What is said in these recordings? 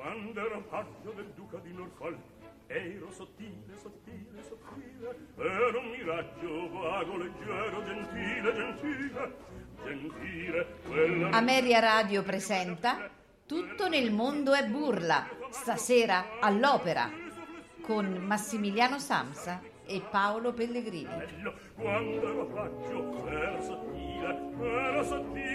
quando ero paggio del duca di Norfolk, ero sottile, sottile, sottile, ero un miraggio vago, leggero, gentile, gentile, gentile. Ameria Radio presenta Tutto nel mondo è burla, stasera all'Opera, con Massimiliano Samsa e Paolo Pellegrini. Quando ero paggio, ero sottile,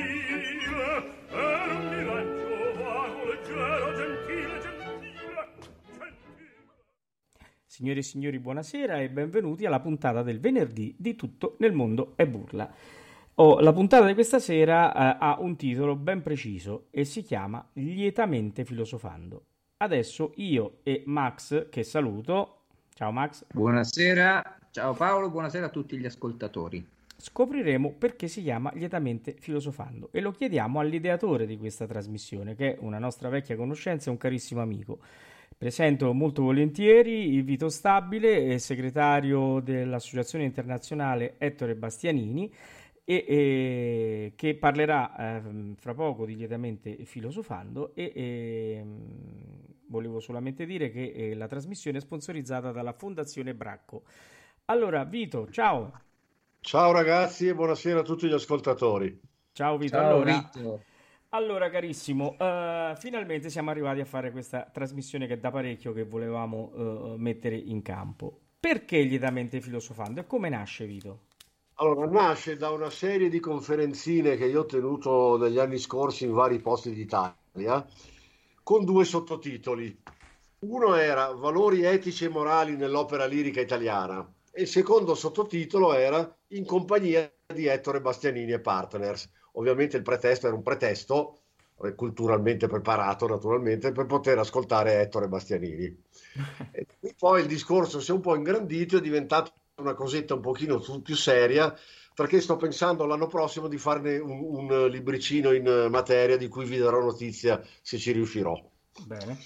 ero un miraggio vago, leggero, gentile, gentile, gentile. Signore e signori, buonasera e benvenuti alla puntata del venerdì di Tutto nel mondo è burla. La puntata di questa sera ha un titolo ben preciso e si chiama Lietamente filosofando. Adesso io e Max, che saluto. Ciao Max. Buonasera, ciao Paolo, buonasera a tutti gli ascoltatori. Scopriremo perché si chiama Lietamente filosofando e lo chiediamo all'ideatore di questa trasmissione, che è una nostra vecchia conoscenza e un carissimo amico. Presento molto volentieri il Vito Stabile, segretario dell'Associazione Internazionale Ettore Bastianini, e che parlerà fra poco di Lietamente filosofando e volevo solamente dire che la trasmissione è sponsorizzata dalla Fondazione Bracco. Allora Vito, ciao. Ciao ragazzi e buonasera a tutti gli ascoltatori. Ciao Vito. Ciao Vito. Allora carissimo, finalmente siamo arrivati a fare questa trasmissione che da parecchio che volevamo mettere in campo. Perché Lietamente filosofando e come nasce, Vito? Allora, nasce da una serie di conferenzine che io ho tenuto negli anni scorsi in vari posti d'Italia, con due sottotitoli. Uno era Valori etici e morali nell'opera lirica italiana e il secondo sottotitolo era In compagnia di Ettore Bastianini e Partners. Ovviamente il pretesto era un pretesto culturalmente preparato, naturalmente, per poter ascoltare Ettore Bastianini. E poi il discorso si è un po' ingrandito e è diventato una cosetta un pochino più seria, perché sto pensando l'anno prossimo di farne un libricino in materia di cui vi darò notizia se ci riuscirò. Bene.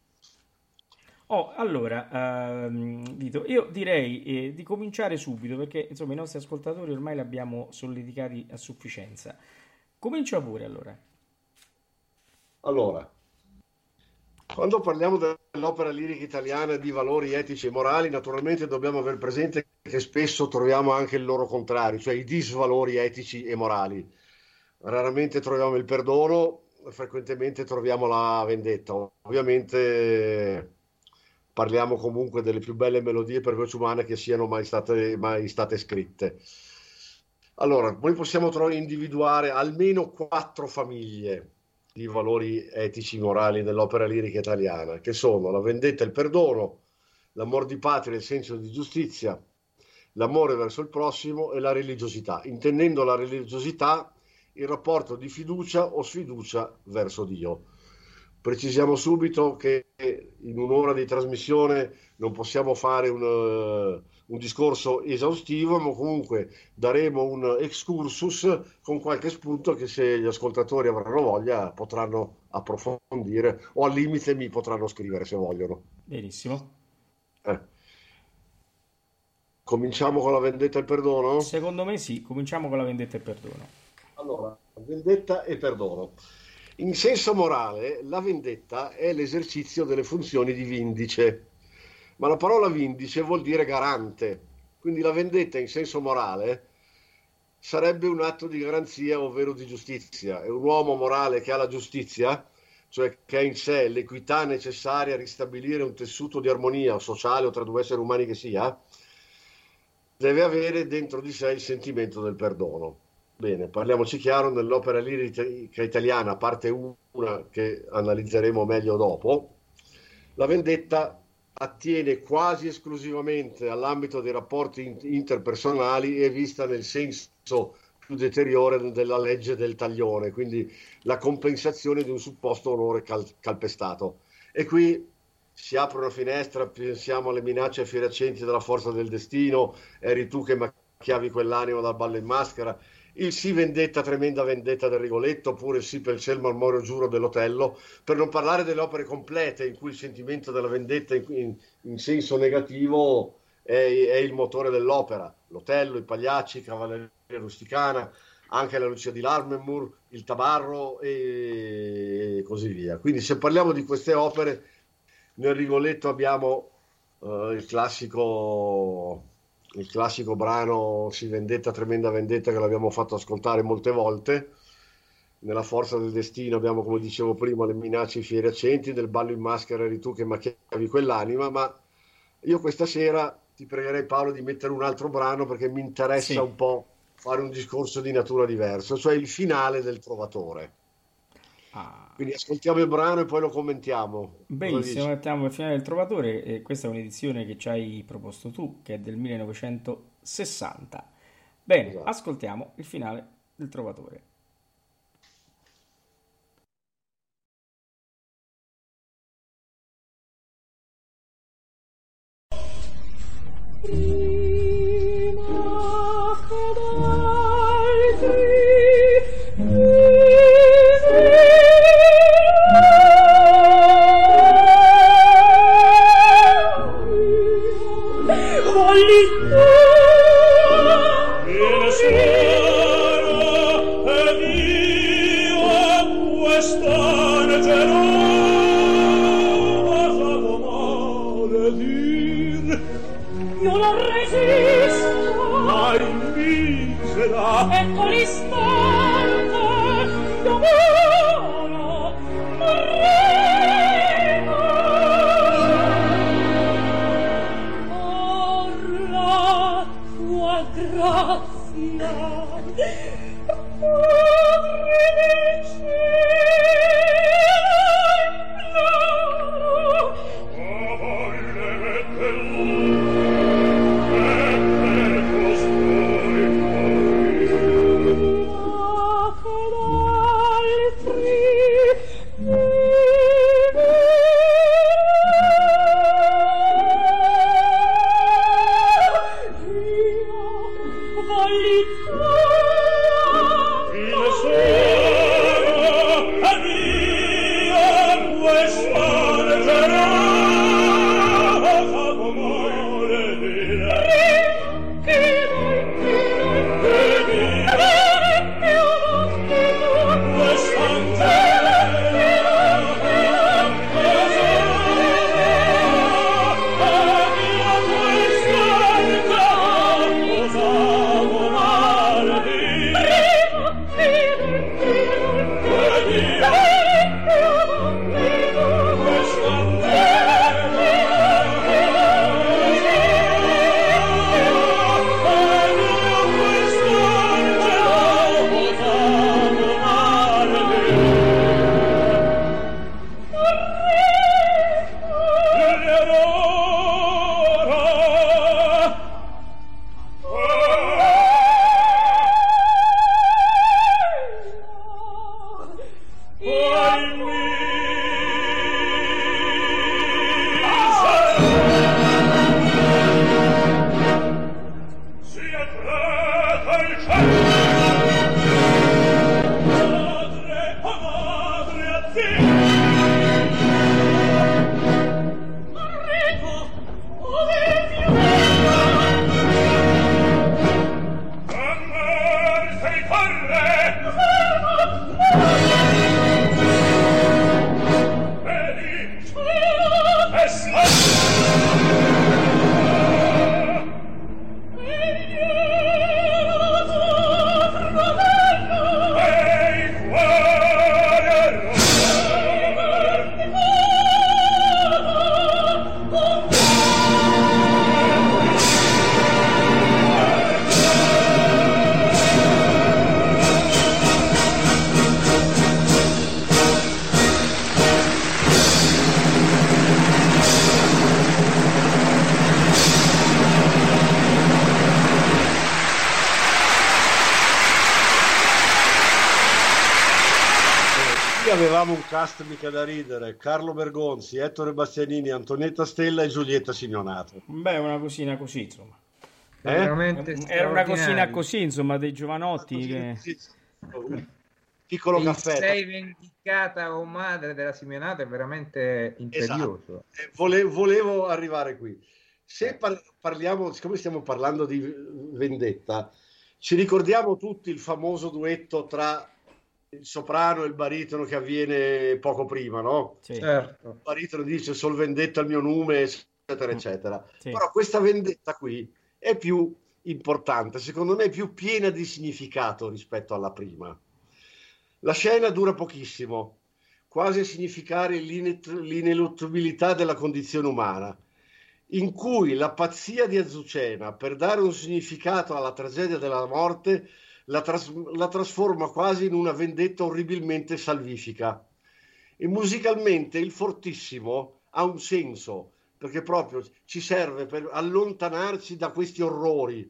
Allora, Vito, io direi di cominciare subito perché insomma i nostri ascoltatori ormai li abbiamo solleticati a sufficienza. Comincia pure allora. Allora, quando parliamo dell'opera lirica italiana di valori etici e morali, naturalmente dobbiamo aver presente che spesso troviamo anche il loro contrario, cioè i disvalori etici e morali. Raramente troviamo il perdono, frequentemente troviamo la vendetta. Ovviamente parliamo comunque delle più belle melodie per voce umana che siano mai state scritte. Allora, noi possiamo individuare almeno 4 famiglie di valori etici morali nell'opera lirica italiana, che sono la vendetta e il perdono, l'amor di patria e il senso di giustizia, l'amore verso il prossimo e la religiosità, intendendo la religiosità il rapporto di fiducia o sfiducia verso Dio. Precisiamo subito che in un'ora di trasmissione non possiamo fare un discorso esaustivo, ma comunque daremo un excursus con qualche spunto che se gli ascoltatori avranno voglia potranno approfondire o al limite mi potranno scrivere se vogliono. Benissimo. Cominciamo con la vendetta e il perdono? Secondo me sì, cominciamo con la vendetta e il perdono. Allora, vendetta e perdono. In senso morale, la vendetta è l'esercizio delle funzioni di vindice, ma la parola vindice vuol dire garante, quindi la vendetta in senso morale sarebbe un atto di garanzia, ovvero di giustizia. È un uomo morale che ha la giustizia, cioè che ha in sé l'equità necessaria a ristabilire un tessuto di armonia sociale o tra due esseri umani che sia, deve avere dentro di sé il sentimento del perdono. Bene, parliamoci chiaro, nell'opera lirica italiana, parte 1 che analizzeremo meglio dopo, la vendetta attiene quasi esclusivamente all'ambito dei rapporti interpersonali e è vista nel senso più deteriore della legge del taglione, quindi la compensazione di un supposto onore calpestato. E qui si apre una finestra, pensiamo alle minacce fieraccenti della forza del destino, eri tu che macchiavi quell'animo dal ballo in maschera, il sì vendetta, tremenda vendetta del Rigoletto, oppure il sì per il cielo marmoreo giuro dell'Otello, per non parlare delle opere complete in cui il sentimento della vendetta in senso negativo è il motore dell'opera. L'Otello, i Pagliacci, Cavalleria Rusticana, anche la Lucia di Lammermoor, il Tabarro e così via. Quindi se parliamo di queste opere, nel Rigoletto abbiamo il classico brano Si vendetta, tremenda vendetta, che l'abbiamo fatto ascoltare molte volte. Nella Forza del Destino abbiamo, come dicevo prima, Le minacce, i fieri accenti. Del Ballo in maschera eri tu che macchiavi quell'anima. Ma io questa sera ti pregherei, Paolo, di mettere un altro brano, perché mi interessa un po' fare un discorso di natura diversa, cioè il finale del Trovatore. Quindi ascoltiamo il brano e poi lo commentiamo. Benissimo, mettiamo il finale del Trovatore, e questa è un'edizione che ci hai proposto tu, che è del 1960. Bene, esatto. Ascoltiamo il finale del Trovatore. Avevamo un cast mica da ridere: Carlo Bergonzi, Ettore Bastianini, Antonietta Stella e Giulietta Signonato. Beh, una cosina così, insomma. Era una cosina così, insomma, dei giovanotti che... un piccolo caffè. Sei vendicata o madre della Signonato è veramente imperioso. Esatto. Volevo arrivare qui. Se parliamo, siccome stiamo parlando di vendetta, Ci ricordiamo tutti il famoso duetto tra il soprano e il baritono che avviene poco prima, no? Sì. Certo. Il baritono dice sol vendetta il mio nome, eccetera, eccetera. Sì. Però questa vendetta qui è più importante, secondo me è più piena di significato rispetto alla prima. La scena dura pochissimo, quasi a significare l'ineluttabilità della condizione umana, in cui la pazzia di Azucena, per dare un significato alla tragedia della morte, la trasforma quasi in una vendetta orribilmente salvifica. E musicalmente il fortissimo ha un senso, perché proprio ci serve per allontanarci da questi orrori,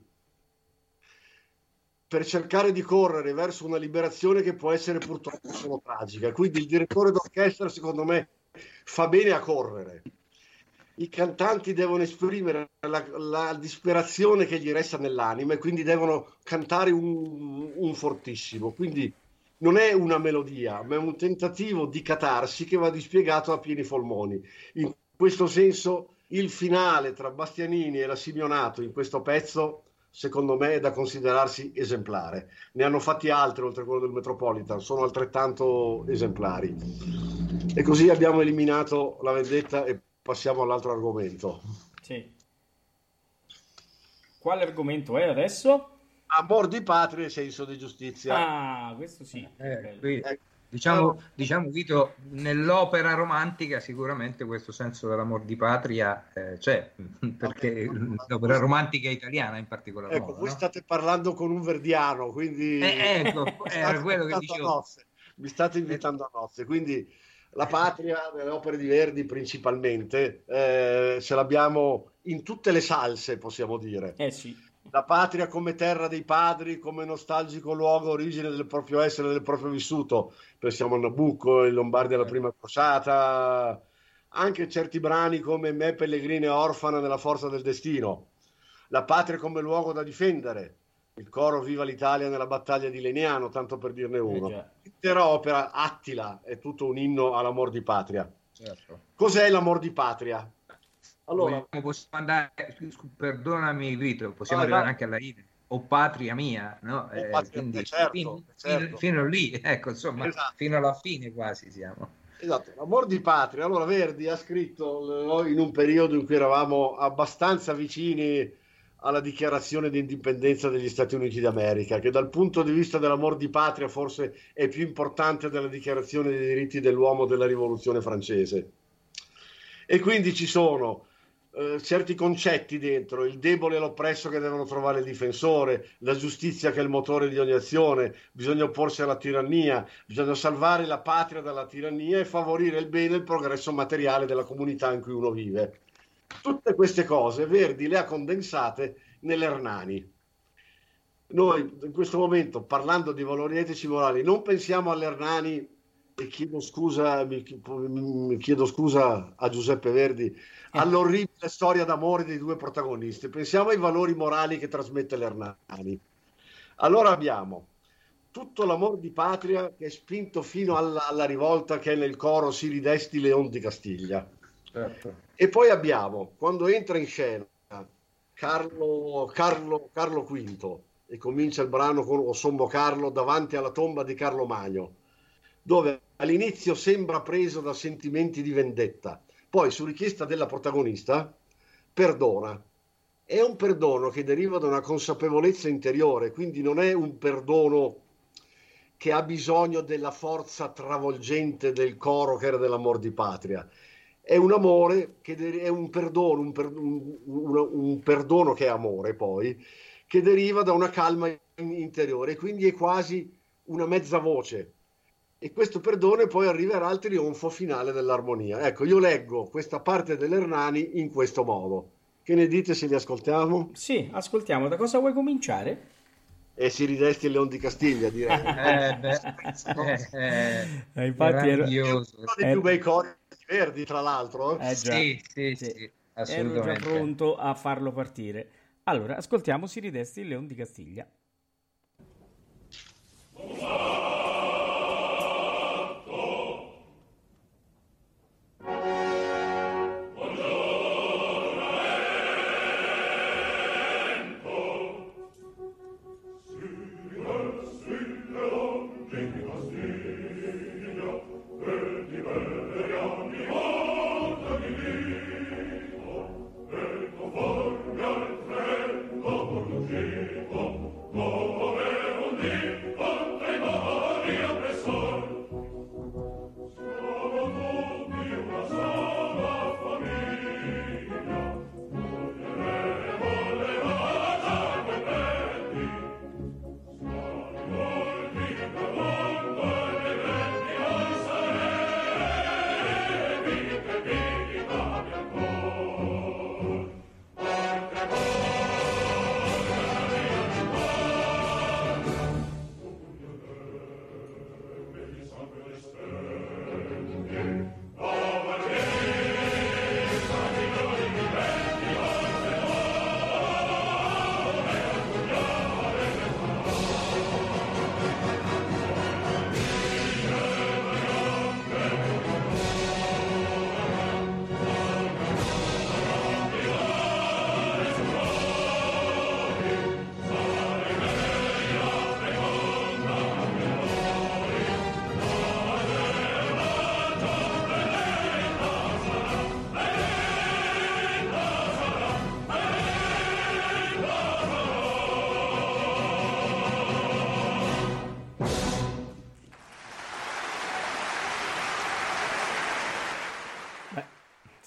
per cercare di correre verso una liberazione che può essere purtroppo solo tragica. Quindi il direttore d'orchestra, secondo me, fa bene a correre. I cantanti devono esprimere la disperazione che gli resta nell'anima e quindi devono cantare un fortissimo. Quindi non è una melodia, ma è un tentativo di catarsi che va dispiegato a pieni polmoni. In questo senso, il finale tra Bastianini e la Simeonato in questo pezzo, secondo me, è da considerarsi esemplare. Ne hanno fatti altri oltre a quello del Metropolitan, sono altrettanto esemplari. E così abbiamo eliminato la vendetta e passiamo all'altro argomento. Sì. Quale argomento è adesso? Amor di patria e senso di giustizia. Ah, questo sì. Qui, diciamo, Vito, nell'opera romantica sicuramente questo senso dell'amor di patria c'è, perché l'opera romantica italiana in particolar Ecco, modo, voi no? state parlando con un verdiano, quindi Ecco, era quello che dicevo. Mi state invitando a nozze, quindi la patria nelle opere di Verdi principalmente ce l'abbiamo in tutte le salse, possiamo dire. Sì. La patria come terra dei padri, come nostalgico luogo, origine del proprio essere, del proprio vissuto. Pensiamo a Nabucco, i Lombardi alla prima crociata, anche certi brani come Me pellegrina e orfana nella forza del destino. La patria come luogo da difendere, il coro Viva l'Italia nella battaglia di Leniano, tanto per dirne uno. L'intera opera Attila è tutto un inno all'amor di patria. Certo. Cos'è l'amor di patria? Allora, possiamo andare, perdonami Vito, possiamo arrivare anche alla fine, o patria mia, no? Quindi certo. Fino lì, ecco, insomma, esatto. Fino alla fine quasi siamo. Esatto, l'amor di patria. Allora Verdi ha scritto in un periodo in cui eravamo abbastanza vicini alla dichiarazione di indipendenza degli Stati Uniti d'America, che dal punto di vista dell'amor di patria forse è più importante della dichiarazione dei diritti dell'uomo della Rivoluzione francese. E quindi ci sono certi concetti dentro, il debole e l'oppresso che devono trovare il difensore, la giustizia che è il motore di ogni azione, bisogna opporsi alla tirannia, bisogna salvare la patria dalla tirannia e favorire il bene e il progresso materiale della comunità in cui uno vive. Tutte queste cose Verdi le ha condensate nell'Hernani. Noi in questo momento, parlando di valori etici e morali, non pensiamo all'Hernani, e mi chiedo scusa a Giuseppe Verdi, all'orribile storia d'amore dei due protagonisti. Pensiamo ai valori morali che trasmette l'Hernani. Allora abbiamo tutto l'amor di patria che è spinto fino alla rivolta che è nel coro Siri Desti Leon di Castiglia. Certo. E poi abbiamo, quando entra in scena Carlo V e comincia il brano con O Sommo Carlo davanti alla tomba di Carlo Magno, dove all'inizio sembra preso da sentimenti di vendetta, poi su richiesta della protagonista perdona. È un perdono che deriva da una consapevolezza interiore, quindi non è un perdono che ha bisogno della forza travolgente del coro che era dell'amor di patria. È un amore che è un perdono, un perdono che è amore poi, che deriva da una calma interiore, quindi è quasi una mezza voce. E questo perdono poi arriverà al trionfo finale dell'armonia. Ecco, io leggo questa parte dell'Hernani in questo modo. Che ne dite se li ascoltiamo? Sì, ascoltiamo. Da cosa vuoi cominciare? E si ridesti il Leon di Castiglia, direi. Infatti uno dei più bei cori di Verdi, tra l'altro. Sì, assolutamente. Ero già pronto a farlo partire. Allora, ascoltiamo Si ridesti il Leon di Castiglia.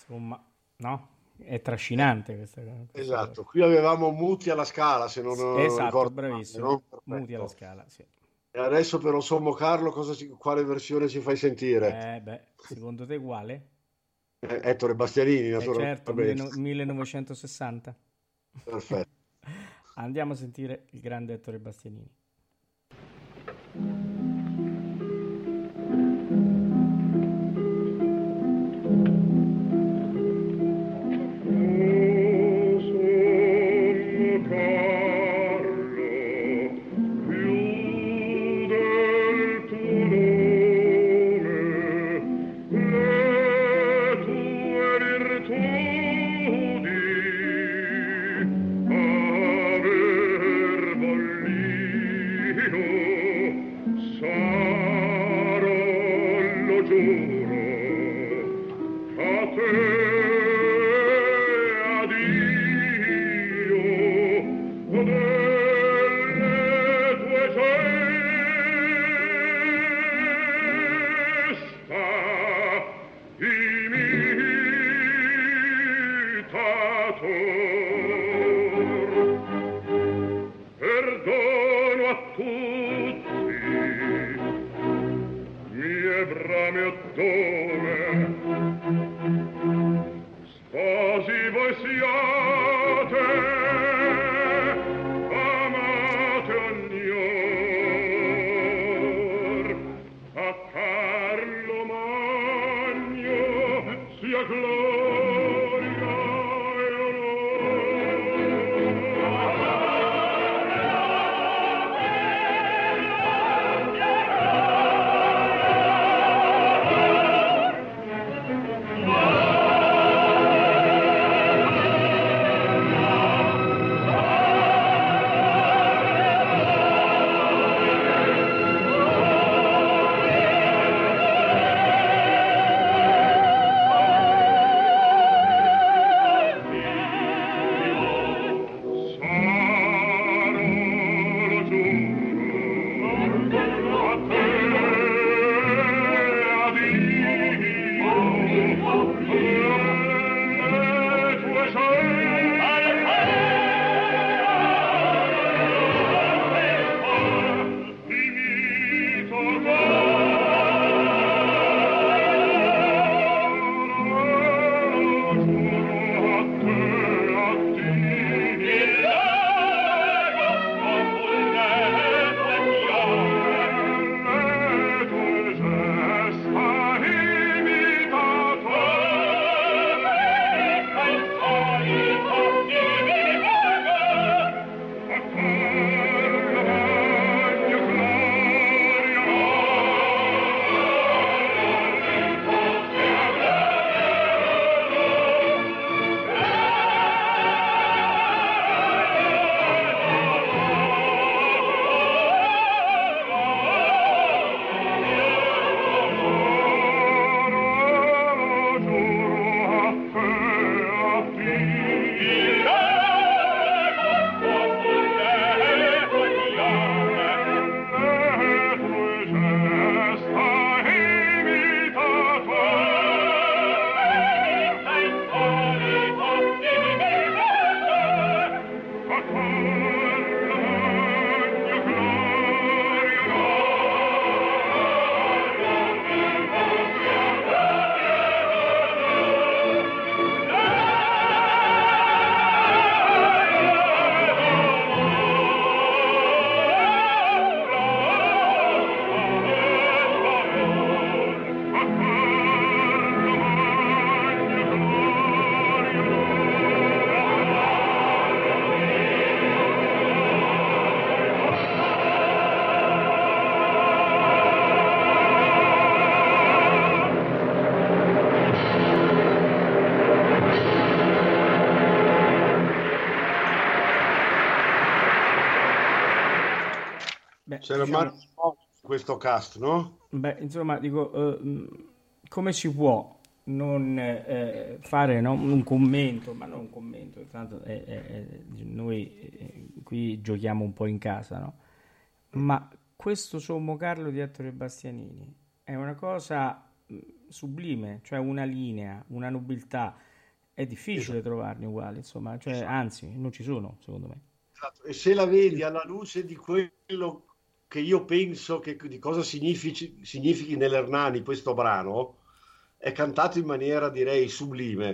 insomma, no? È trascinante questa cosa. Esatto, qui avevamo Muti alla Scala, se non Esatto, ricordo bravissimo. male, no? Muti alla Perfetto. Scala, sì. E adesso per lo Sommo Carlo quale versione ci fai sentire? Secondo te quale? Ettore Bastianini, Certo, naturalmente. 1960. Perfetto. Andiamo a sentire il grande Ettore Bastianini. C'era Mario su questo cast, no? Insomma, dico, come si può non fare, no, un commento, ma non un commento, tanto noi qui giochiamo un po' in casa, no? Ma questo Sommo Carlo di Ettore Bastianini è una cosa sublime, cioè una linea, una nobiltà. È difficile trovarne uguali, insomma, cioè, Esatto. anzi, non ci sono, secondo me. Esatto. E se la vedi alla luce di quello che io penso che di cosa significhi nell'Hernani questo brano, è cantato in maniera, direi, sublime.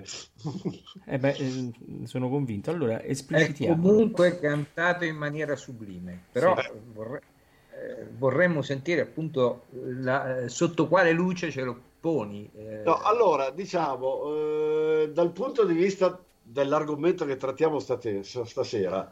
Sono convinto. Allora, È esplicitiamo. comunque cantato in maniera sublime, però Sì. vorremmo sentire appunto sotto quale luce ce lo poni. No, allora, diciamo, dal punto di vista dell'argomento che trattiamo stasera,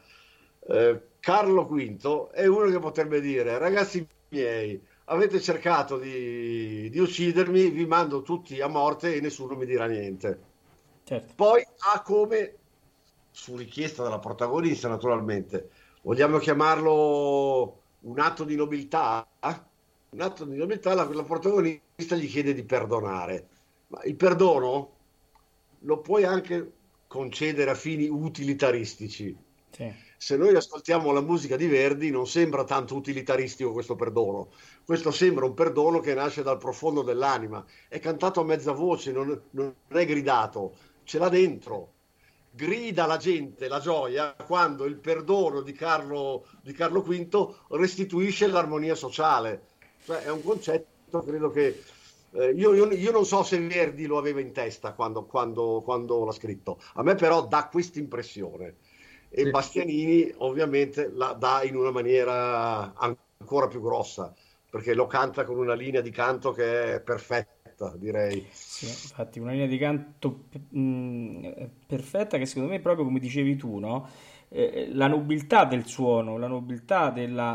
Carlo V è uno che potrebbe dire: ragazzi miei, avete cercato di uccidermi, vi mando tutti a morte e nessuno mi dirà niente. Certo. Poi ha come, su richiesta della protagonista naturalmente, vogliamo chiamarlo un atto di nobiltà? Un atto di nobiltà, la protagonista gli chiede di perdonare. Ma il perdono lo puoi anche concedere a fini utilitaristici. Sì. Se noi ascoltiamo la musica di Verdi non sembra tanto utilitaristico questo perdono. Questo sembra un perdono che nasce dal profondo dell'anima. È cantato a mezza voce, non è gridato, ce l'ha dentro. Grida la gente la gioia quando il perdono di Carlo V restituisce l'armonia sociale. Cioè, è un concetto, credo che io non so se Verdi lo aveva in testa quando l'ha scritto. A me però dà questa impressione. E Sì. Bastianini ovviamente la dà in una maniera ancora più grossa, perché lo canta con una linea di canto che è perfetta, direi. Sì, infatti una linea di canto perfetta che secondo me è proprio come dicevi tu, no? La nobiltà del suono, la nobiltà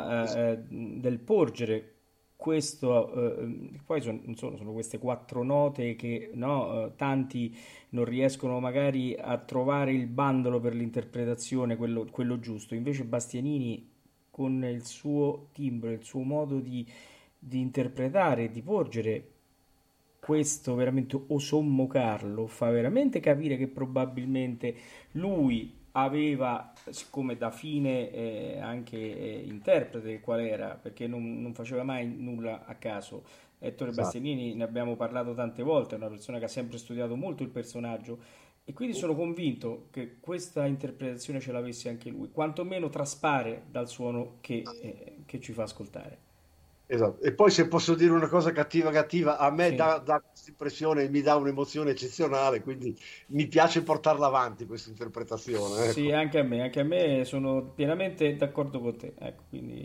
del porgere questo, poi sono queste quattro note che no, tanti non riescono magari a trovare il bandolo per l'interpretazione, quello giusto. Invece Bastianini con il suo timbro, il suo modo di interpretare, di porgere questo veramente O Sommo Carlo fa veramente capire che probabilmente lui aveva, siccome da fine anche interprete qual era, perché non faceva mai nulla a caso. Ettore Esatto. Bastianini, ne abbiamo parlato tante volte, è una persona che ha sempre studiato molto il personaggio e quindi sono convinto che questa interpretazione ce l'avesse anche lui, quantomeno traspare dal suono che ci fa ascoltare. Esatto. E poi se posso dire una cosa cattiva, a me Sì. dà questa impressione, mi dà un'emozione eccezionale, quindi mi piace portarla avanti questa interpretazione. Ecco. Sì, anche a me sono pienamente d'accordo con te. Ecco, quindi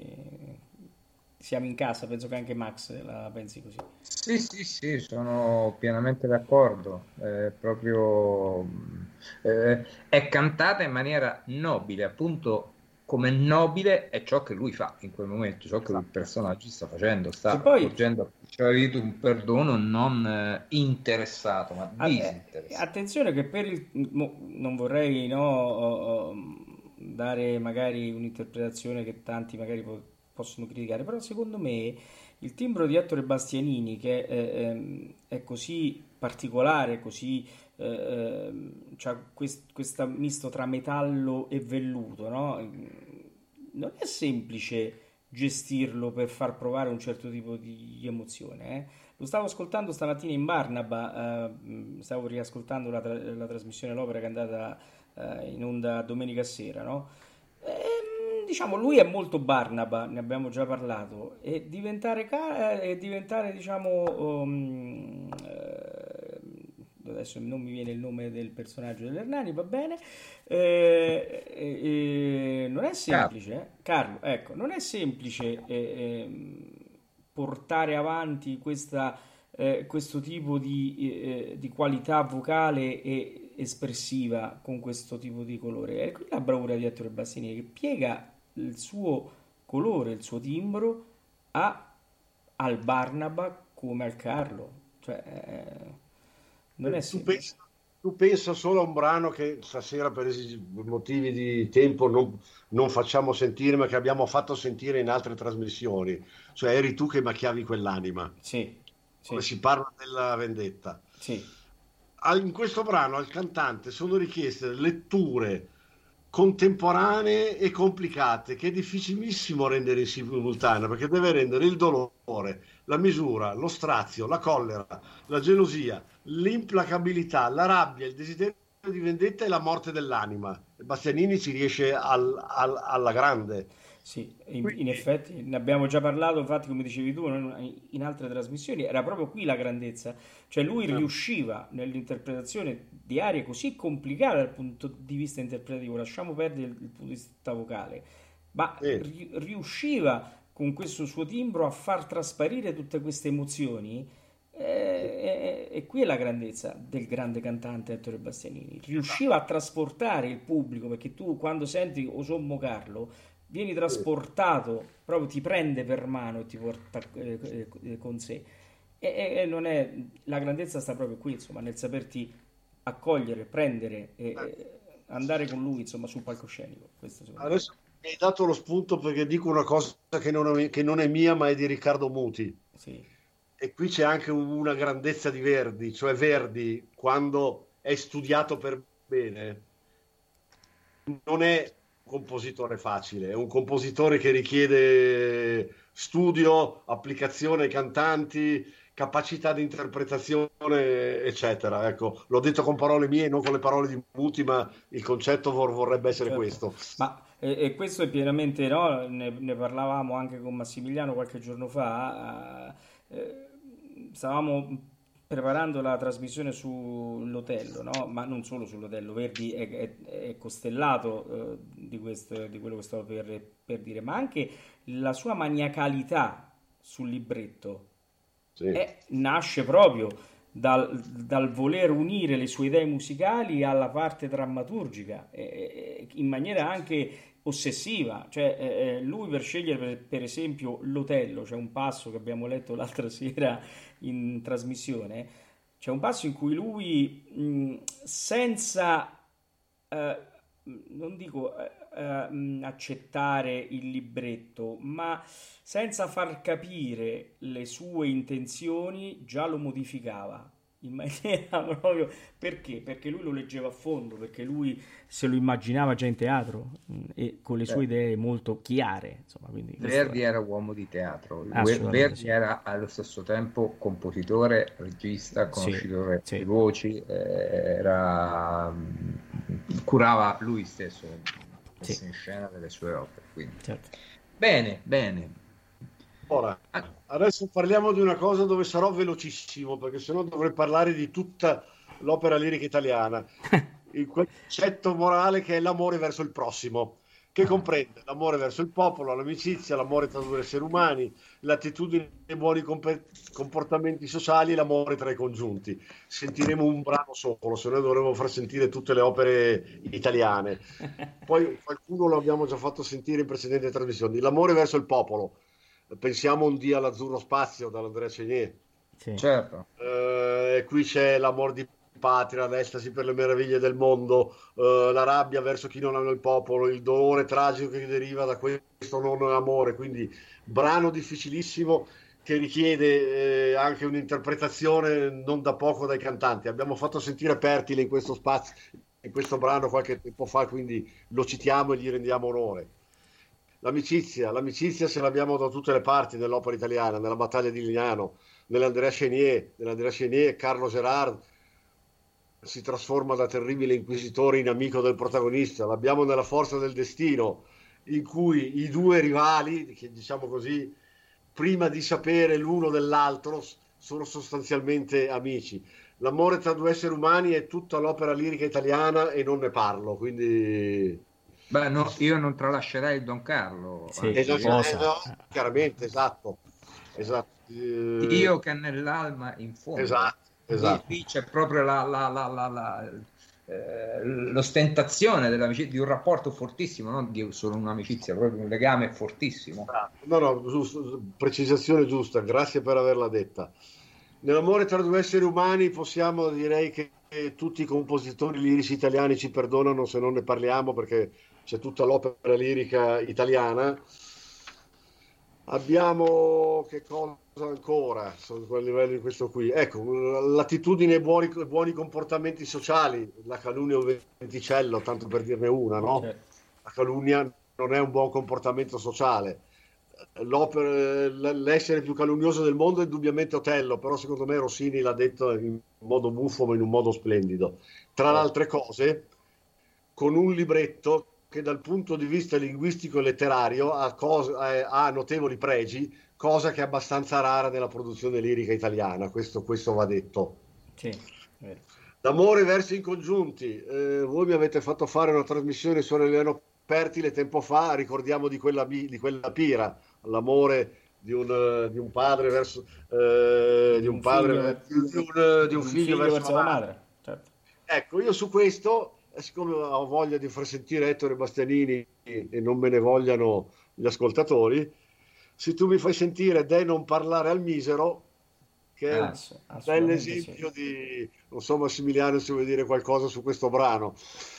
siamo in casa, penso che anche Max la pensi così. Sì, sono pienamente d'accordo. È cantata in maniera nobile, appunto come nobile è ciò che lui fa in quel momento, ciò che il personaggio sta facendo, sta Che poi- porgendo un perdono non interessato, ma disinteressato. Attenzione che non vorrei dare magari un'interpretazione che tanti magari possono criticare, però secondo me il timbro di Ettore Bastianini, che è così particolare, così c'ha questo misto tra metallo e velluto, no? Non è semplice gestirlo per far provare un certo tipo di emozione, eh. Lo stavo ascoltando stamattina in Barnaba, stavo riascoltando la trasmissione L'Opera che è andata in onda domenica sera, no? Diciamo, lui è molto Barnaba, ne abbiamo già parlato, e diventare diciamo, adesso non mi viene il nome del personaggio dell'Hernani, va bene, non è semplice, Carlo, ecco, non è semplice portare avanti questo tipo di qualità vocale e espressiva con questo tipo di colore. E qui la bravura di Ettore Bastianini che piega il suo colore, il suo timbro al Barnaba come al Carlo. Cioè, non è semplice. Tu pensa solo a un brano che stasera per motivi di tempo non facciamo sentire, ma che abbiamo fatto sentire in altre trasmissioni. Cioè eri tu che macchiavi quell'anima. Sì, Dove sì, si parla della vendetta. sì. In questo brano al cantante sono richieste letture contemporanee e complicate che è difficilissimo rendere in simultanea perché deve rendere il dolore, la misura, lo strazio, la collera, la gelosia, l'implacabilità, la rabbia, il desiderio di vendetta e la morte dell'anima. Bastianini ci riesce alla grande. Sì, in effetti ne abbiamo già parlato, infatti come dicevi tu in altre trasmissioni, era proprio qui la grandezza, cioè lui riusciva nell'interpretazione di aree così complicate dal punto di vista interpretativo, lasciamo perdere il punto di vista vocale, ma riusciva con questo suo timbro a far trasparire tutte queste emozioni. E qui è la grandezza del grande cantante Ettore Bastianini, riusciva a trasportare il pubblico, perché tu quando senti O Sommo Carlo vieni trasportato, proprio ti prende per mano e ti porta con sé, e non è, la grandezza sta proprio qui, insomma, nel saperti accogliere, prendere e andare con lui, insomma, sul palcoscenico. Questo adesso mi hai dato lo spunto, perché dico una cosa che non è mia ma è di Riccardo Muti. Sì. E qui c'è anche una grandezza di Verdi, cioè Verdi, quando è studiato per bene, non è un compositore facile, è un compositore che richiede studio, applicazione ai cantanti, capacità di interpretazione, eccetera. Ecco, l'ho detto con parole mie, non con le parole di Muti, ma il concetto vorrebbe essere questo. Ma e questo è pienamente, no? Ne parlavamo anche con Massimiliano qualche giorno fa. Stavamo preparando la trasmissione sull'Otello, no? Ma non solo sull'Otello, Verdi è costellato di quello che stavo per dire, ma anche la sua maniacalità sul libretto nasce proprio dal voler unire le sue idee musicali alla parte drammaturgica, in maniera anche ossessiva, cioè lui per scegliere per esempio l'Otello, c'è un passo che abbiamo letto l'altra sera in trasmissione, c'è un passo in cui lui senza non dico accettare il libretto, ma senza far capire le sue intenzioni già lo modificava in maniera proprio, perché lui lo leggeva a fondo, perché lui se lo immaginava già in teatro e con le sue idee molto chiare, insomma, quindi Verdi era uomo di teatro, Verdi era allo stesso tempo compositore, regista, conoscitore di voci, curava lui stesso la messa in scena delle sue opere, quindi. Certo. Bene. Ora, adesso parliamo di una cosa dove sarò velocissimo, perché sennò dovrei parlare di tutta l'opera lirica italiana. Il concetto morale che è l'amore verso il prossimo, che comprende l'amore verso il popolo, l'amicizia, l'amore tra due esseri umani, l'attitudine ai buoni comportamenti sociali e l'amore tra i congiunti. Sentiremo un brano solo, se no dovremmo far sentire tutte le opere italiane. Poi qualcuno lo abbiamo già fatto sentire in precedenti trasmissioni. L'amore verso il popolo. Pensiamo un dia all'azzurro spazio dall'Andrea Chenier. Sì. Certo. Qui c'è l'amor di patria, l'estasi per le meraviglie del mondo, la rabbia verso chi non ama il popolo, il dolore tragico che deriva da questo non amore. Quindi brano difficilissimo che richiede anche un'interpretazione non da poco dai cantanti. Abbiamo fatto sentire Pertile in questo spazio, in questo brano qualche tempo fa, quindi lo citiamo e gli rendiamo onore. L'amicizia se l'abbiamo da tutte le parti nell'opera italiana, nella battaglia di Lignano, nell'Andrea Chenier, Carlo Gerard si trasforma da terribile inquisitore in amico del protagonista, l'abbiamo nella Forza del Destino, in cui i due rivali, che diciamo così, prima di sapere l'uno dell'altro, sono sostanzialmente amici. L'amore tra due esseri umani è tutta l'opera lirica italiana e non ne parlo, quindi... Beh, no, io non tralascerei il Don Carlo. Chiaramente, esatto. Io che nell'alma in fondo. Esatto. Qui c'è proprio l'ostentazione di un rapporto fortissimo, non di solo un'amicizia, proprio un legame fortissimo. No, giusto, precisazione giusta, grazie per averla detta. Nell'amore tra due esseri umani possiamo, direi che tutti i compositori lirici italiani ci perdonano se non ne parliamo, perché c'è tutta l'opera lirica italiana. Abbiamo che cosa ancora a livello di questo qui? Ecco, l'attitudine ai buoni comportamenti sociali, la calunnia o venticello, tanto per dirne una, no? La calunnia non è un buon comportamento sociale. l'essere più calunnoso del mondo è indubbiamente Otello, però secondo me Rossini l'ha detto in modo buffo ma in un modo splendido. Tra le altre cose, con un libretto che dal punto di vista linguistico e letterario ha notevoli pregi, cosa che è abbastanza rara nella produzione lirica italiana, questo va detto. Sì, vero. D'amore, versi incongiunti. Voi mi avete fatto fare una trasmissione su Aureliano Pertile tempo fa, ricordiamo di quella pira, l'amore di un padre verso di un figlio verso la madre. Certo. Ecco, io su questo, siccome ho voglia di far sentire Ettore Bastianini e non me ne vogliano gli ascoltatori, se tu mi fai sentire De non parlare al misero, che è un bell'esempio di, non so Massimiliano se vuoi dire qualcosa su questo brano.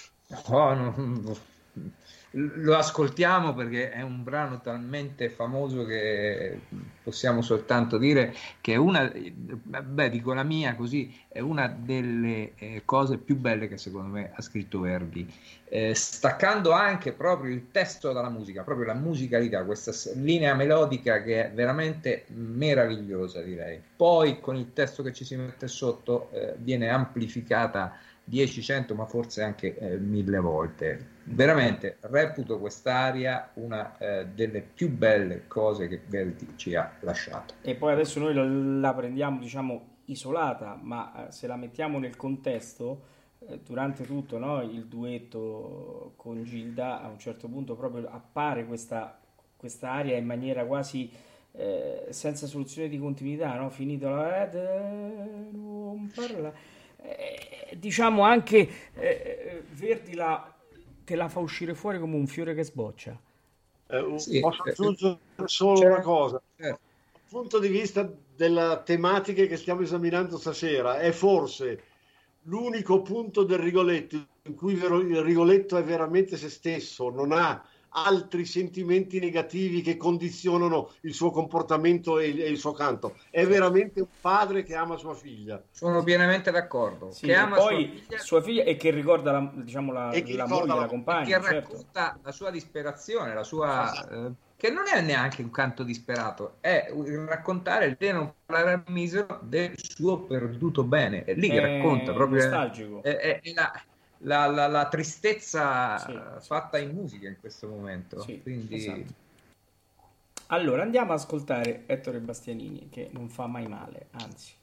Lo ascoltiamo perché è un brano talmente famoso che possiamo soltanto dire che è dico la mia così, è una delle cose più belle che secondo me ha scritto Verdi, staccando anche proprio il testo dalla musica, proprio la musicalità, questa linea melodica che è veramente meravigliosa, direi. Poi con il testo che ci si mette sotto viene amplificata 10, 100, ma forse anche 1000 volte. Veramente reputo quest'aria una delle più belle cose che Verdi ci ha lasciato. E poi adesso noi la prendiamo, diciamo, isolata, ma se la mettiamo nel contesto, durante tutto, no, il duetto con Gilda, a un certo punto proprio appare questa aria in maniera quasi senza soluzione di continuità, no? Finito la non parla. Diciamo anche Verdi te la fa uscire fuori come un fiore che sboccia. Posso aggiungere solo una cosa. Dal punto di vista della tematica che stiamo esaminando stasera, è forse l'unico punto del Rigoletto in cui il Rigoletto è veramente se stesso, non ha altri sentimenti negativi che condizionano il suo comportamento e il suo canto. È veramente un padre che ama sua figlia. Sono pienamente d'accordo. Sì, che ama sua figlia e che ricorda la moglie, la compagna. Che racconta la sua disperazione, la sua... che non è neanche un canto disperato, è raccontare il non parlare al misero del suo perduto bene. È lì che racconta proprio... nostalgico. È la tristezza fatta in musica in questo momento. Sì, quindi... esatto. Allora andiamo ad ascoltare Ettore Bastianini, che non fa mai male, anzi.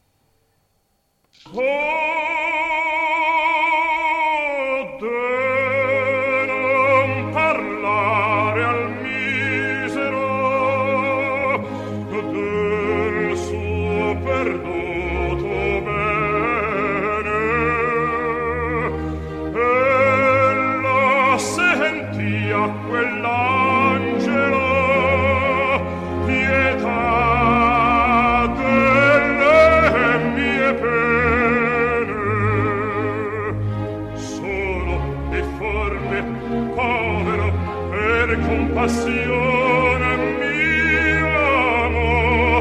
Non parlare al misero del suo perduto bene. Ella sentia quell'angelo pietà delle mie pene, solo deforme, povero, per compassione mi amo,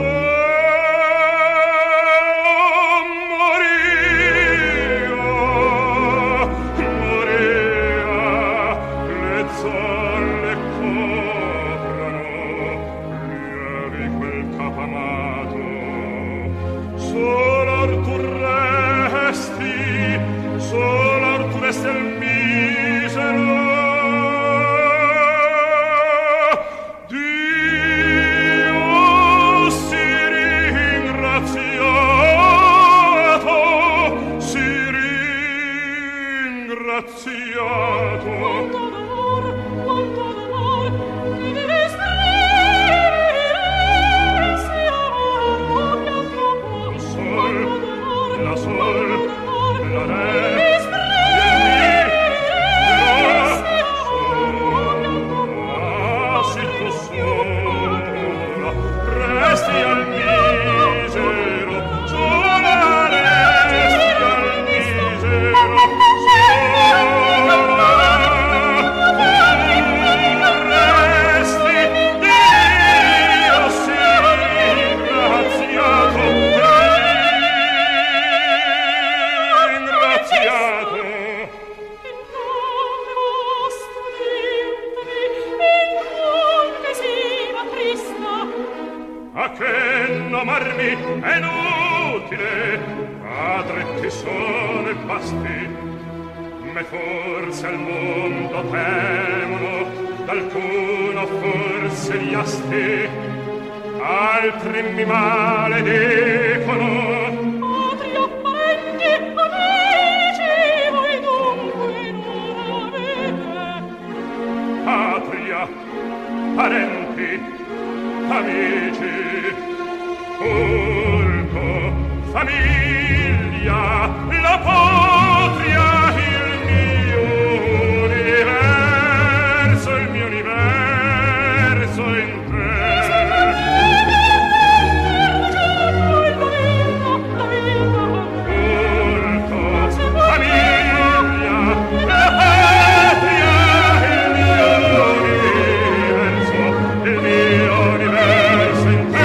moria, le zolle coprono lievi quel capo amato, solo tu resti al misero. Dio si ringraziato. Quanto d'amor, ti la sol, la re, resti al misero, sola resti al misero, resti, Dio si ringraziato, asti, me forse al mondo temono, d'alcuno forse gli asti, altri mi maledicono. Patria, parenti, amici, culto, famiglia, la patria, il mio universo in te. Culto, famiglia, la patria, il mio universo in te.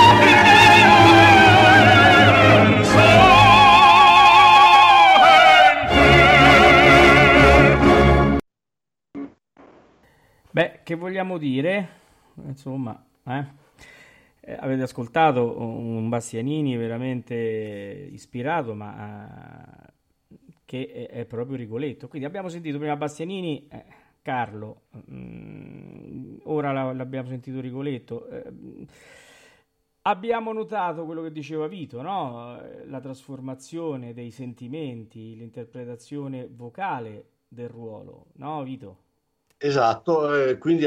Beh, che vogliamo dire? Insomma, avete ascoltato un Bastianini veramente ispirato, ma che è proprio Rigoletto. Quindi abbiamo sentito prima Bastianini, Carlo, ora l'abbiamo sentito Rigoletto. Abbiamo notato quello che diceva Vito, no? La trasformazione dei sentimenti, l'interpretazione vocale del ruolo, no, Vito? Esatto, quindi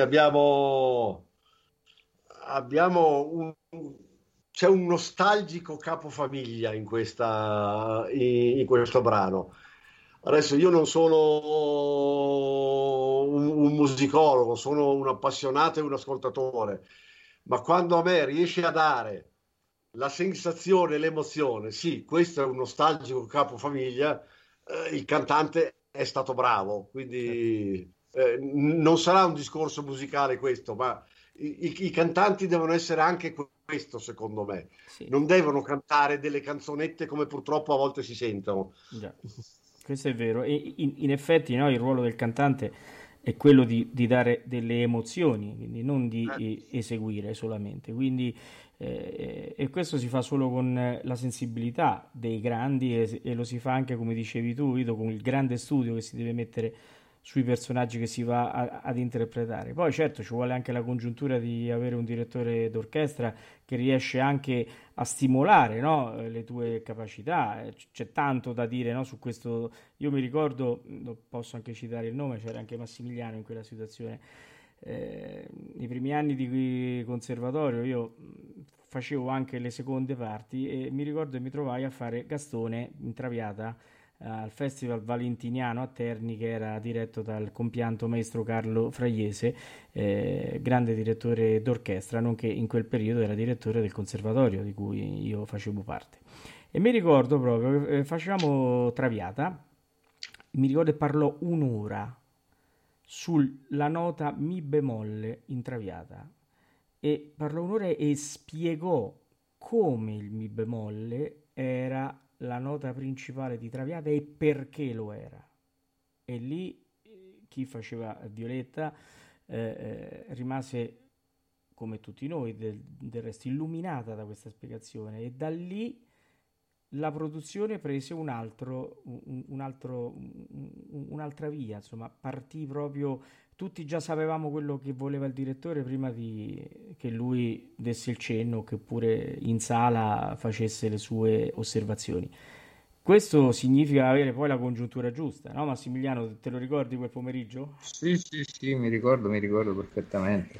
c'è un nostalgico capofamiglia in questo brano. Adesso io non sono un musicologo, sono un appassionato e un ascoltatore, ma quando a me riesce a dare la sensazione, l'emozione, sì, questo è un nostalgico capofamiglia, il cantante è stato bravo, quindi non sarà un discorso musicale questo, ma i cantanti devono essere anche questo, secondo me. Sì. Non devono cantare delle canzonette come purtroppo a volte si sentono. Già. Questo è vero, e in effetti, no, il ruolo del cantante è quello di dare delle emozioni, quindi non di eseguire solamente. Quindi, e questo si fa solo con la sensibilità dei grandi e lo si fa anche, come dicevi tu, Vito, con il grande studio che si deve mettere sui personaggi che si va ad interpretare. Poi certo ci vuole anche la congiuntura di avere un direttore d'orchestra che riesce anche a stimolare, no, le tue capacità. C'è tanto da dire, no, su questo. Io mi ricordo, posso anche citare il nome, c'era anche Massimiliano in quella situazione. Nei primi anni di conservatorio io facevo anche le seconde parti e mi ricordo che mi trovai a fare Gastone in Traviata al Festival Valentiniano a Terni, che era diretto dal compianto maestro Carlo Fraiese, grande direttore d'orchestra, nonché in quel periodo era direttore del conservatorio di cui io facevo parte. E mi ricordo proprio, facevamo Traviata, mi ricordo che parlò un'ora sulla nota Mi bemolle in Traviata, e parlò un'ora e spiegò come il Mi bemolle era la nota principale di Traviata e perché lo era. E lì chi faceva Violetta rimase, come tutti noi del resto, illuminata da questa spiegazione, e da lì la produzione prese un'altra via, insomma, partì proprio. Tutti già sapevamo quello che voleva il direttore prima che lui desse il cenno, che pure in sala facesse le sue osservazioni. Questo significa avere poi la congiuntura giusta, no, Massimiliano? Te lo ricordi quel pomeriggio? Sì, mi ricordo perfettamente.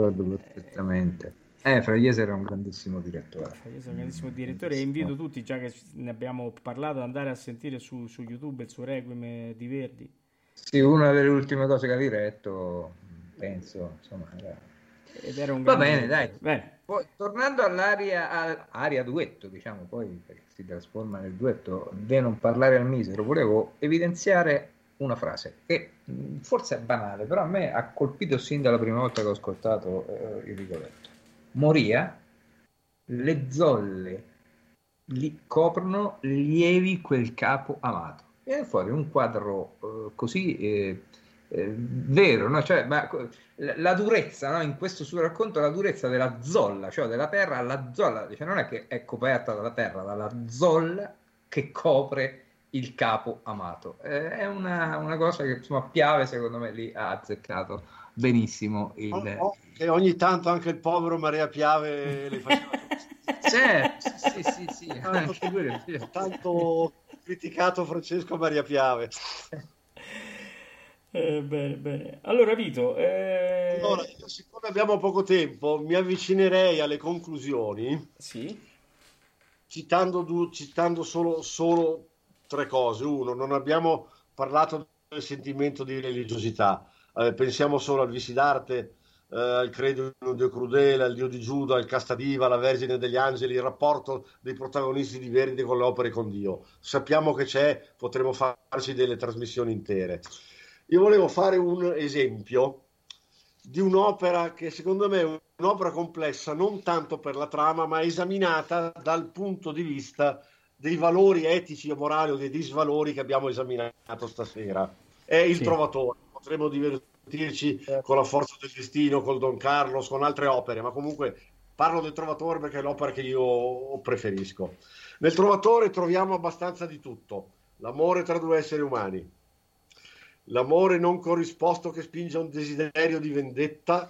Fraiese era un grandissimo direttore. E invito tutti, già che ne abbiamo parlato, ad andare a sentire su YouTube il suo Requiem di Verdi. Sì, una delle ultime cose che ha diretto, penso, insomma, era un va bene, dai. Bene. Poi, tornando aria duetto, diciamo, poi perché si trasforma nel duetto, de non parlare al misero, volevo evidenziare una frase che forse è banale, però a me ha colpito sin dalla prima volta che ho ascoltato il Rigoletto. Moria, le zolle coprono lievi quel capo amato. Viene fuori un quadro così vero, no? Cioè, ma la durezza, no? In questo suo racconto, la durezza della zolla, cioè della terra alla zolla, cioè non è che è coperta dalla terra, dalla zolla che copre il capo amato. È una cosa che insomma Piave secondo me lì ha azzeccato benissimo che ogni tanto anche il povero Maria Piave le faceva sì, tanto criticato Francesco Maria Piave. Bene. Allora Vito, Allora, siccome abbiamo poco tempo, mi avvicinerei alle conclusioni sì, citando solo tre cose. Uno, non abbiamo parlato del sentimento di religiosità. Pensiamo solo al Visidarte, al credo in un Dio crudele, al Dio di Giuda, al Castadiva, alla Vergine degli Angeli, il rapporto dei protagonisti di Verdi con le opere con Dio. Sappiamo che c'è, potremo farci delle trasmissioni intere. Io volevo fare un esempio di un'opera che secondo me è un'opera complessa, non tanto per la trama, ma esaminata dal punto di vista dei valori etici o morali o dei disvalori che abbiamo esaminato stasera. È Il Trovatore. Potremmo divertirci con La Forza del Destino, col Don Carlos, con altre opere, ma comunque parlo del Trovatore perché è l'opera che io preferisco. Nel Trovatore troviamo abbastanza di tutto. L'amore tra due esseri umani, l'amore non corrisposto che spinge a un desiderio di vendetta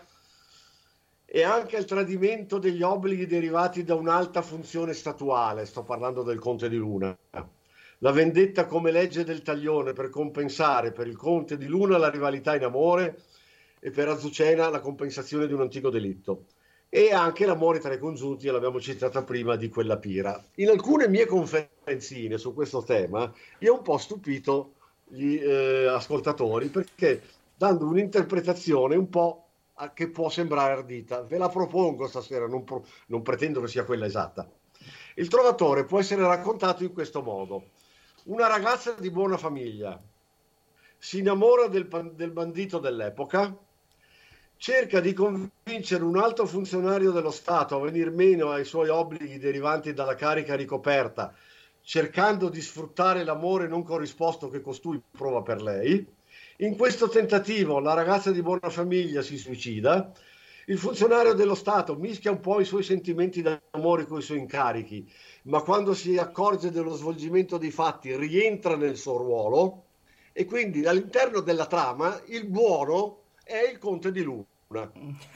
e anche il tradimento degli obblighi derivati da un'alta funzione statuale. Sto parlando del Conte di Luna. La vendetta come legge del taglione per compensare per il Conte di Luna la rivalità in amore e per Azucena la compensazione di un antico delitto. E anche l'amore tra i congiunti, l'abbiamo citata prima, di quella Pira. In alcune mie conferenzine su questo tema io ho un po' stupito gli ascoltatori, perché dando un'interpretazione un po' che può sembrare ardita, ve la propongo stasera, non pretendo che sia quella esatta. Il Trovatore può essere raccontato in questo modo: una ragazza di buona famiglia si innamora del bandito dell'epoca, cerca di convincere un alto funzionario dello Stato a venir meno ai suoi obblighi derivanti dalla carica ricoperta, cercando di sfruttare l'amore non corrisposto che costui prova per lei. In questo tentativo la ragazza di buona famiglia si suicida, il funzionario dello Stato mischia un po' i suoi sentimenti d'amore con i suoi incarichi, ma quando si accorge dello svolgimento dei fatti rientra nel suo ruolo, e quindi all'interno della trama il buono è il Conte di Luna.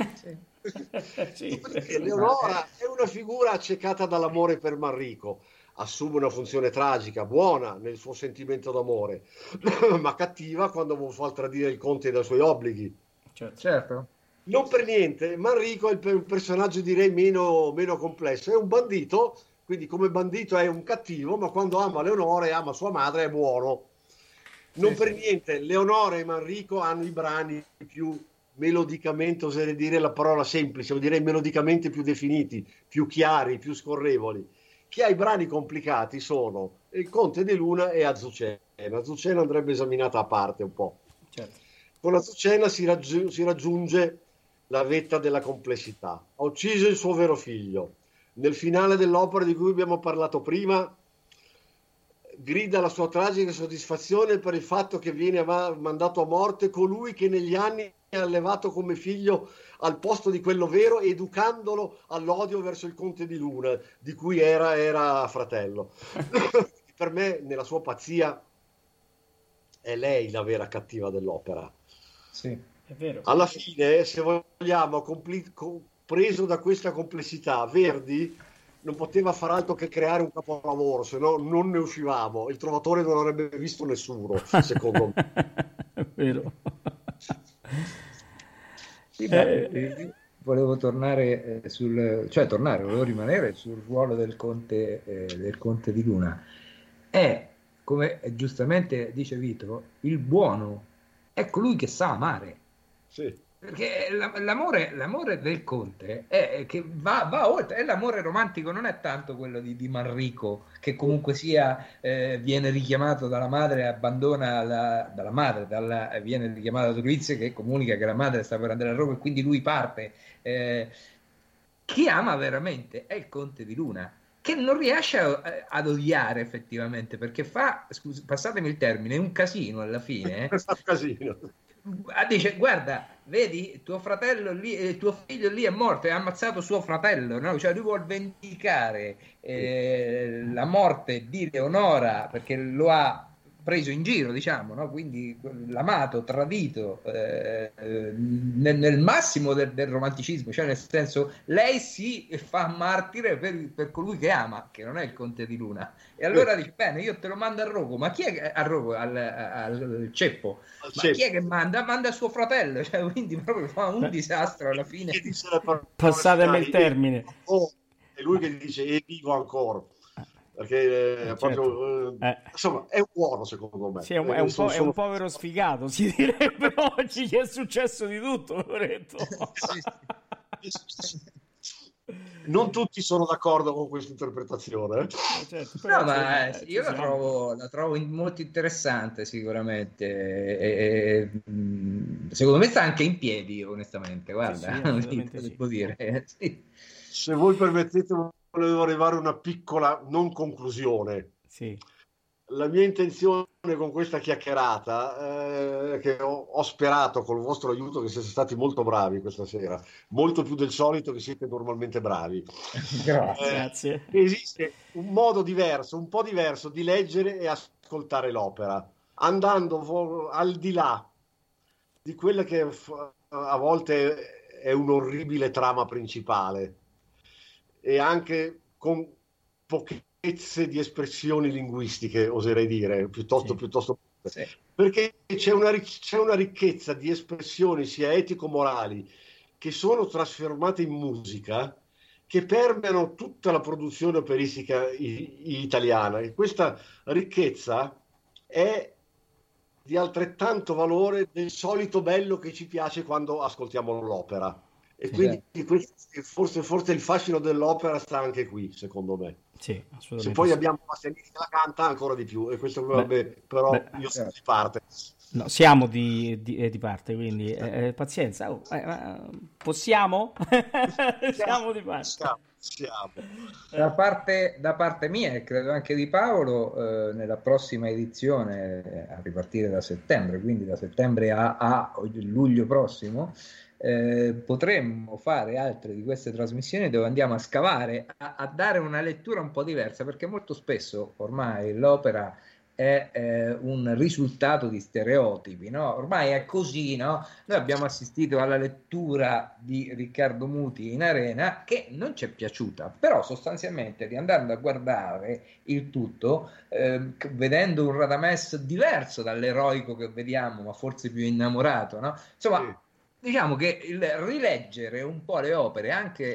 Sì. Leonora è una figura accecata dall'amore per Manrico, assume una funzione tragica, buona nel suo sentimento d'amore, ma cattiva quando vuol tradire il Conte dai suoi obblighi. Certo. Non per niente, Manrico è il personaggio, direi, meno complesso. È un bandito, quindi come bandito è un cattivo, ma quando ama Leonora e ama sua madre è buono. Non per niente, Leonora e Manrico hanno i brani più melodicamente, oserei dire la parola semplice, direi melodicamente più definiti, più chiari, più scorrevoli. Chi ha i brani complicati sono il Conte di Luna e Azucena. Azucena andrebbe esaminata a parte un po'. Certo. Con Azucena si raggiunge la vetta della complessità. Ha ucciso il suo vero figlio. Nel finale dell'opera di cui abbiamo parlato prima, grida la sua tragica soddisfazione per il fatto che viene mandato a morte colui che negli anni ha allevato come figlio al posto di quello vero, educandolo all'odio verso il Conte di Luna, di cui era fratello. Per me, nella sua pazzia, è lei la vera cattiva dell'opera. Sì, è vero. Alla fine, se vogliamo, preso da questa complessità, Verdi non poteva far altro che creare un capolavoro, se no non ne uscivamo. Il Trovatore non avrebbe visto nessuno, secondo me. È vero. Sì, volevo tornare volevo rimanere sul ruolo del Conte di Luna. È, come giustamente dice Vito, il buono è colui che sa amare. Sì. Perché l'amore del Conte è che va oltre, è l'amore romantico, non è tanto quello di Manrico, che comunque sia viene richiamato dalla madre, abbandona dalla madre, viene richiamato da Luizia che comunica che la madre sta per andare a Roma e quindi lui parte. Chi ama veramente è il Conte di Luna, che non riesce ad odiare effettivamente, perché fa, passatemi il termine, un casino alla fine. Casino. dice guarda, vedi tuo fratello lì, tuo figlio lì è morto e ha ammazzato suo fratello, no? Cioè lui vuol vendicare la morte di Leonora perché lo ha preso in giro, diciamo, no? Quindi l'amato, tradito nel massimo del romanticismo, cioè nel senso lei si fa martire per colui che ama, che non è il Conte di Luna, e allora dice bene, io te lo mando a Rogo, ma chi è che a Rogo, al ceppo, ma chi è che manda suo fratello, cioè, quindi proprio fa un disastro alla fine. Passatemi il termine, è lui che dice è vivo ancora, perché proprio insomma è un buono, secondo me. Sì, è un povero sfigato, si direbbe oggi, gli è successo di tutto, Loretto. Non tutti sono d'accordo con questa interpretazione. Certo, no, ma io la trovo molto interessante, sicuramente. Secondo me sta anche in piedi, onestamente, guarda, devo dire. Sì. Se voi permettete, volevo arrivare a una piccola non conclusione. Sì. La mia intenzione con questa chiacchierata, che ho sperato col vostro aiuto che siete stati molto bravi questa sera, molto più del solito che siete normalmente bravi. Grazie. Esiste un modo diverso, un po' diverso di leggere e ascoltare l'opera, andando al di là di quella che a volte è un'orribile trama principale e anche con pochezze di espressioni linguistiche, oserei dire, piuttosto sì. Perché c'è una ricchezza di espressioni sia etico-morali che sono trasformate in musica, che permeano tutta la produzione operistica italiana, e questa ricchezza è di altrettanto valore del solito bello che ci piace quando ascoltiamo l'opera. E quindi forse il fascino dell'opera sta anche qui, secondo me. Sì, assolutamente. Se poi abbiamo Bastianini che la canta, ancora di più. E questo io sono di parte. No, siamo di parte, quindi pazienza. Possiamo? Siamo di parte. Siamo. Da parte mia e credo anche di Paolo, nella prossima edizione, a ripartire da settembre, quindi da settembre a luglio prossimo, potremmo fare altre di queste trasmissioni dove andiamo a scavare, a dare una lettura un po' diversa, perché molto spesso ormai l'opera è un risultato di stereotipi, no? Ormai è così, no? Noi abbiamo assistito alla lettura di Riccardo Muti in Arena che non ci è piaciuta, però sostanzialmente riandando a guardare il tutto, vedendo un Radames diverso dall'eroico che vediamo, ma forse più innamorato, no? Insomma, sì. Diciamo che il rileggere un po' le opere anche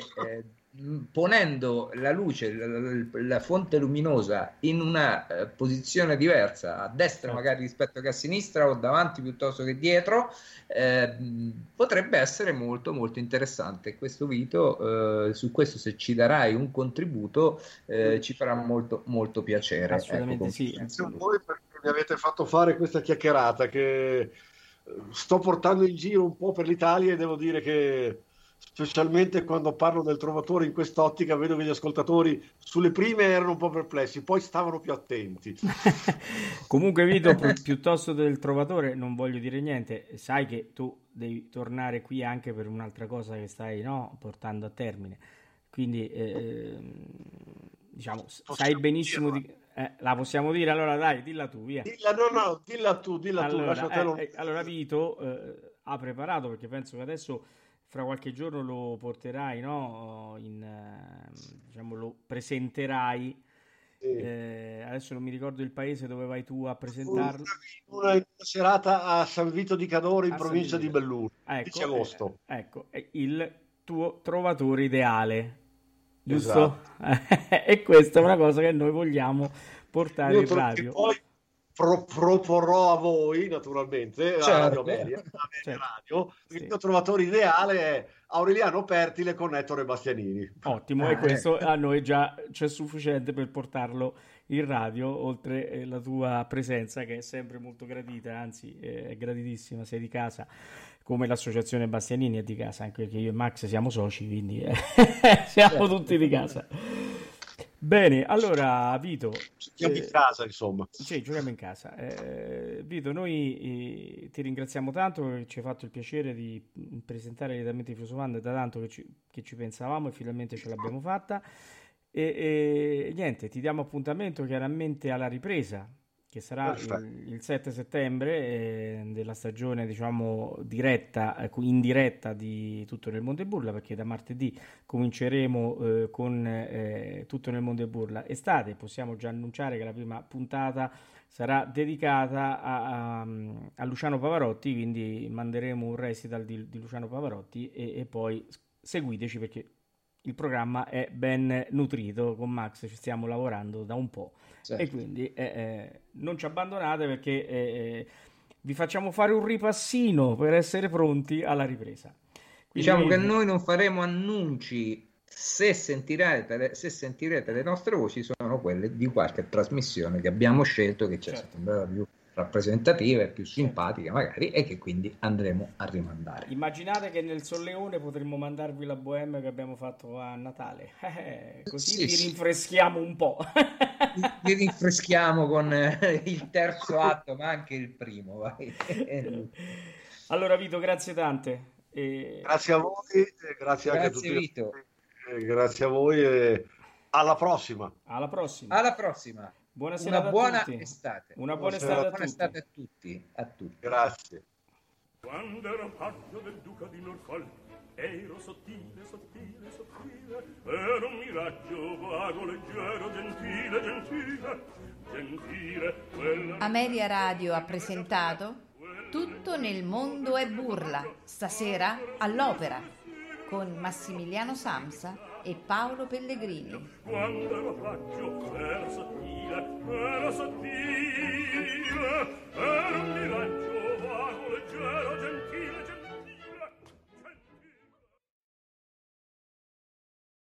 ponendo la luce, la fonte luminosa in una posizione diversa, a destra magari rispetto che a sinistra o davanti piuttosto che dietro, potrebbe essere molto molto interessante. Questo Vito, su questo se ci darai un contributo ci farà molto molto piacere. Assolutamente, sì. Grazie a voi perché mi avete fatto fare questa chiacchierata che sto portando in giro un po' per l'Italia, e devo dire che specialmente quando parlo del Trovatore in quest'ottica vedo che gli ascoltatori sulle prime erano un po' perplessi, poi stavano più attenti. Comunque Vito, piuttosto del Trovatore non voglio dire niente, sai che tu devi tornare qui anche per un'altra cosa che stai portando a termine, quindi diciamo sai benissimo di... la possiamo dire? Allora dai, dilla tu, via. Dilla tu. Allora Vito ha preparato, perché penso che adesso fra qualche giorno lo porterai, no? Diciamo, lo presenterai. Sì. Adesso non mi ricordo il paese dove vai tu a presentarlo. Una serata a San Vito di Cadore in provincia di Belluno, 10 agosto. Ecco, è il tuo Trovatore ideale. Giusto? Esatto. E questa è una cosa che noi vogliamo portare in radio. Poi proporrò a voi, naturalmente, certo. Radio, il mio Trovatore ideale è Aureliano Pertile con Ettore Bastianini. Ottimo, e questo a noi già c'è sufficiente per portarlo in radio, oltre la tua presenza che è sempre molto gradita, anzi è graditissima, sei di casa. Come l'associazione Bastianini è di casa, anche perché io e Max siamo soci, quindi siamo tutti di casa. Bene, allora Vito, Giochiamo in casa, insomma. sì, giochiamo in casa. Vito, noi ti ringraziamo tanto che ci hai fatto il piacere di presentare Lietamente Filosofando, è da tanto che ci pensavamo e finalmente ce l'abbiamo fatta. E niente, ti diamo appuntamento chiaramente alla ripresa, che sarà il 7 settembre della stagione, diciamo, diretta, in diretta di Tutto nel Mondo e Burla, perché da martedì cominceremo con Tutto nel Mondo e Burla estate. Possiamo già annunciare che la prima puntata sarà dedicata a Luciano Pavarotti, quindi manderemo un recital di Luciano Pavarotti e poi seguiteci perché il programma è ben nutrito, con Max ci stiamo lavorando da un po'. Certo. E quindi non ci abbandonate perché vi facciamo fare un ripassino per essere pronti alla ripresa. Quindi, diciamo che noi non faremo annunci, se sentirete le nostre voci sono quelle di qualche trasmissione che abbiamo scelto, che ci è sembrata più rappresentativa e più simpatica magari, e che quindi andremo a rimandare. Immaginate che nel Solleone potremmo mandarvi la Bohème che abbiamo fatto a Natale, così vi rinfreschiamo un po'. Vi rinfreschiamo con il terzo atto, ma anche il primo. Vai. Allora Vito, grazie tante. Grazie a voi, grazie anche a tutti. Vito. Grazie a voi e alla prossima. Alla prossima. Alla prossima. Buonasera Una buona a tutti. estate. Una buona Buonasera. estate a tutti. A tutti. Grazie. Quando ero paggio del duca di Norfolk, ero sottile, sottile, sottile, ero un miraggio vago, leggero, gentile, gentile, gentile. Quella... Ameria Radio ha presentato Tutto nel mondo è burla, stasera all'Opera, con Massimiliano Samsa e Paolo Pellegrini. Quando ero paggio, era sottile,